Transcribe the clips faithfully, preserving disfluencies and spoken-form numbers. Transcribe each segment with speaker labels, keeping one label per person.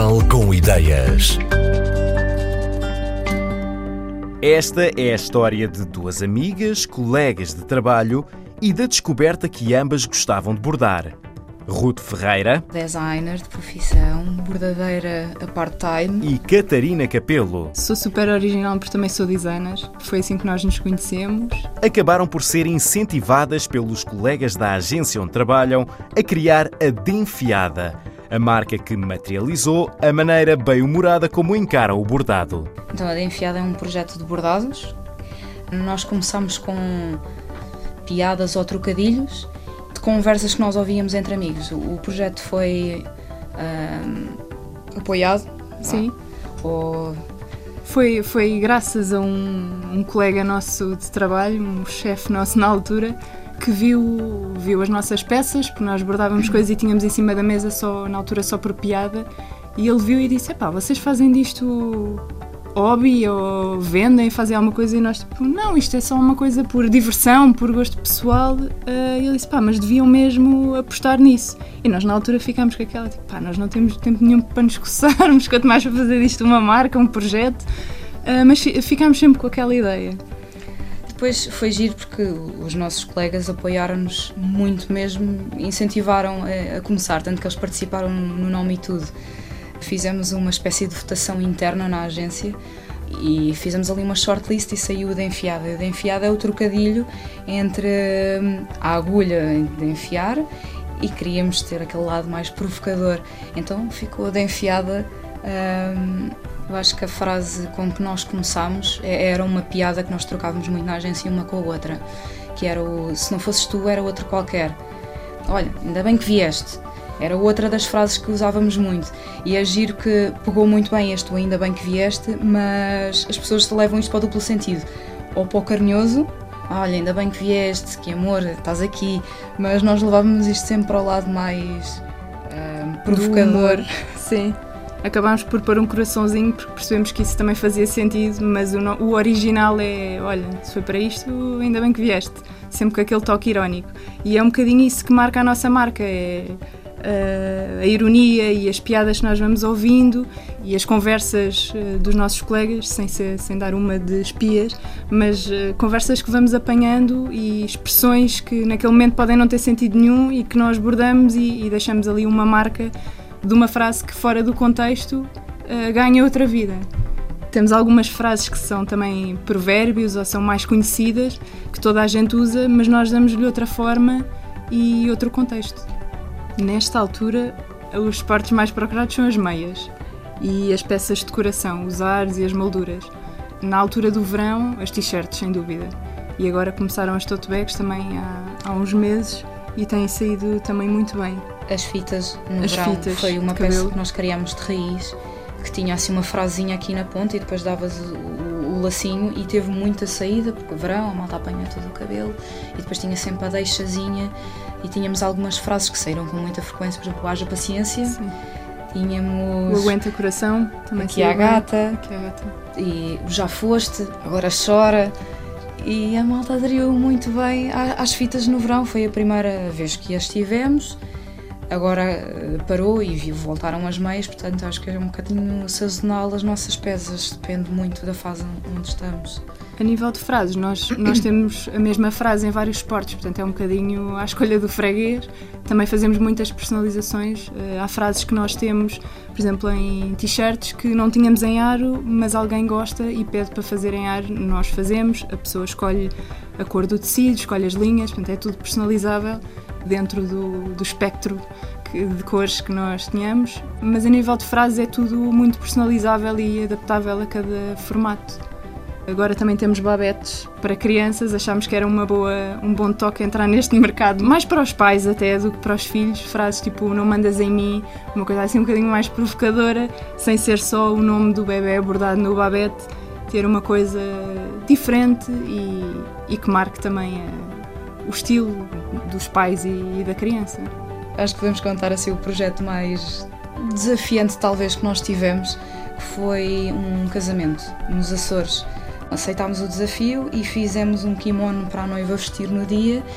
Speaker 1: Jornal com Ideias. Esta é a história de duas amigas, colegas de trabalho e da descoberta que ambas gostavam de bordar. Ruth Ferreira,
Speaker 2: designer de profissão, bordadeira a part-time,
Speaker 1: e Catarina Capelo
Speaker 3: sou super original porque também sou designer. Foi assim que nós nos conhecemos.
Speaker 1: Acabaram por ser incentivadas pelos colegas da agência onde trabalham a criar a Denfiada, a marca que materializou a maneira bem-humorada como encaram o bordado.
Speaker 2: Então a Denfiada é um projeto de bordados. Nós começamos com piadas ou trocadilhos de conversas que nós ouvíamos entre amigos. O projeto foi um, apoiado,
Speaker 3: sim,
Speaker 2: ou...
Speaker 3: foi, foi graças a um, um colega nosso de trabalho, um chefe nosso na altura, que viu, viu as nossas peças, porque nós bordávamos coisas e tínhamos em cima da mesa só, na altura só por piada, e ele viu e disse: epá, vocês fazem disto hobby ou vendem, fazem alguma coisa? E nós tipo, não, isto é só uma coisa por diversão, por gosto pessoal. Uh, e ele disse: pá, mas deviam mesmo apostar nisso. E nós na altura ficámos com aquela, tipo, pá, nós não temos tempo nenhum para nos coçarmos, quanto mais para fazer disto uma marca, um projeto, uh, mas ficámos sempre com aquela ideia.
Speaker 2: Depois foi giro porque os nossos colegas apoiaram-nos muito mesmo, incentivaram a, a começar, tanto que eles participaram no nome e tudo. Fizemos uma espécie de votação interna na agência e fizemos ali uma shortlist e saiu a Denfiada. A Denfiada é o trocadilho entre a agulha de enfiar e queríamos ter aquele lado mais provocador. Então ficou a Denfiada. Hum, eu acho que a frase com que nós começámos era uma piada que nós trocávamos muito na agência uma com a outra, que era o se não fosses tu era outro qualquer. Olha, ainda bem que vieste. Era outra das frases que usávamos muito. E é giro que pegou muito bem este ainda bem que vieste, mas as pessoas levam isto para o duplo sentido. Ou para o carinhoso, olha, ainda bem que vieste, que amor, estás aqui. Mas nós levávamos isto sempre para o lado mais uh, provocador.
Speaker 3: Sim. Acabámos por pôr um coraçãozinho porque percebemos que isso também fazia sentido, mas o, o original é, olha, se foi para isto, ainda bem que vieste. Sempre com aquele toque irónico. E é um bocadinho isso que marca a nossa marca, é Uh, a ironia e as piadas que nós vamos ouvindo e as conversas uh, dos nossos colegas, sem, ser, sem dar uma de espias, mas uh, conversas que vamos apanhando e expressões que naquele momento podem não ter sentido nenhum e que nós bordamos e, e deixamos ali uma marca de uma frase que fora do contexto uh, ganha outra vida. Temos algumas frases que são também provérbios ou são mais conhecidas, que toda a gente usa, mas nós damos-lhe outra forma e outro contexto. Nesta altura, os partes mais procurados são as meias e as peças de decoração, os ares e as molduras. Na altura do verão, as t-shirts, sem dúvida. E agora começaram as tote bags também há, há uns meses e têm saído também muito bem.
Speaker 2: As fitas no
Speaker 3: as
Speaker 2: verão
Speaker 3: fitas,
Speaker 2: foi uma
Speaker 3: cabelo.
Speaker 2: peça que nós criámos de raiz, que tinha assim uma frasinha aqui na ponta e depois davas o, o, o lacinho e teve muita saída, porque verão, a malta apanha todo o cabelo e depois tinha sempre a deixazinha. E tínhamos algumas frases que saíram com muita frequência, por exemplo, haja paciência.
Speaker 3: Sim.
Speaker 2: Tínhamos
Speaker 3: o aguenta coração, também
Speaker 2: aqui há gata,
Speaker 3: aqui há gata,
Speaker 2: e o já foste, agora chora. E a malta aderiu muito bem às fitas no verão, foi a primeira vez que as tivemos. Agora parou e voltaram as meias, portanto acho que é um bocadinho sazonal as nossas peças, depende muito da fase onde estamos.
Speaker 3: A nível de frases, nós, nós temos a mesma frase em vários esportes, portanto é um bocadinho à escolha do freguês. Também fazemos muitas personalizações. Há frases que nós temos, por exemplo, em t-shirts que não tínhamos em aro, mas alguém gosta e pede para fazer em aro, nós fazemos. A pessoa escolhe a cor do tecido, escolhe as linhas, portanto é tudo personalizável dentro do, do espectro de cores que nós tenhamos. Mas a nível de frases é tudo muito personalizável e adaptável a cada formato. Agora também temos babetes para crianças, achámos que era uma boa, um bom toque entrar neste mercado, mais para os pais até do que para os filhos, frases tipo não mandas em mim, uma coisa assim um bocadinho mais provocadora, sem ser só o nome do bebê bordado no babete, ter uma coisa diferente e, e que marque também a, o estilo dos pais e, e da criança.
Speaker 2: Acho que podemos contar assim o projeto mais desafiante talvez que nós tivemos, que foi um casamento nos Açores. Aceitámos o desafio e fizemos um kimono para a noiva vestir no dia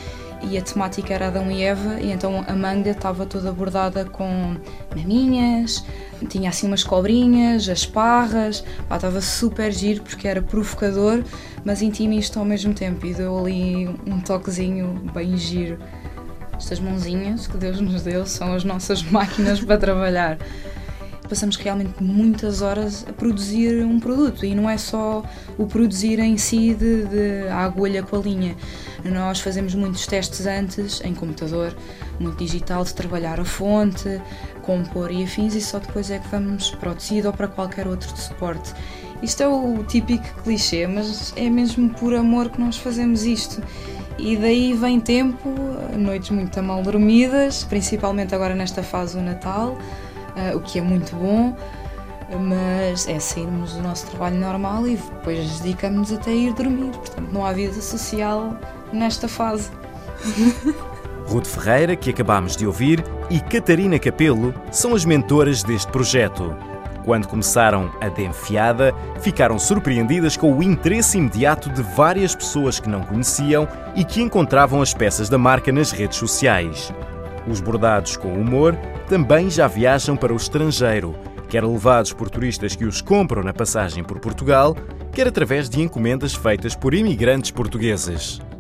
Speaker 2: e a temática era Adão e Eva, e então a manga estava toda bordada com maminhas, tinha assim umas cobrinhas, as parras, pá, estava super giro porque era provocador, mas intimista ao mesmo tempo, e deu ali um toquezinho bem giro. Estas mãozinhas que Deus nos deu são as nossas máquinas para trabalhar. Passamos realmente muitas horas a produzir um produto, e não é só o produzir em si de, de a agulha com a linha. Nós fazemos muitos testes antes, em computador, muito digital, de trabalhar a fonte, compor e afins, e só depois é que vamos para o tecido ou para qualquer outro de suporte. Isto é o típico clichê, mas é mesmo por amor que nós fazemos isto. E daí vem tempo, noites muito mal dormidas, principalmente agora nesta fase do Natal, Uh, o que é muito bom, mas é sairmos do nosso trabalho normal e depois dedicamos-nos até ir dormir, portanto não há vida social nesta fase.
Speaker 1: Ruth Ferreira, que acabámos de ouvir, e Catarina Capelo são as mentoras deste projeto. Quando começaram a de enfiada, ficaram surpreendidas com o interesse imediato de várias pessoas que não conheciam e que encontravam as peças da marca nas redes sociais. Os bordados com humor também já viajam para o estrangeiro, quer levados por turistas que os compram na passagem por Portugal, quer através de encomendas feitas por imigrantes portugueses.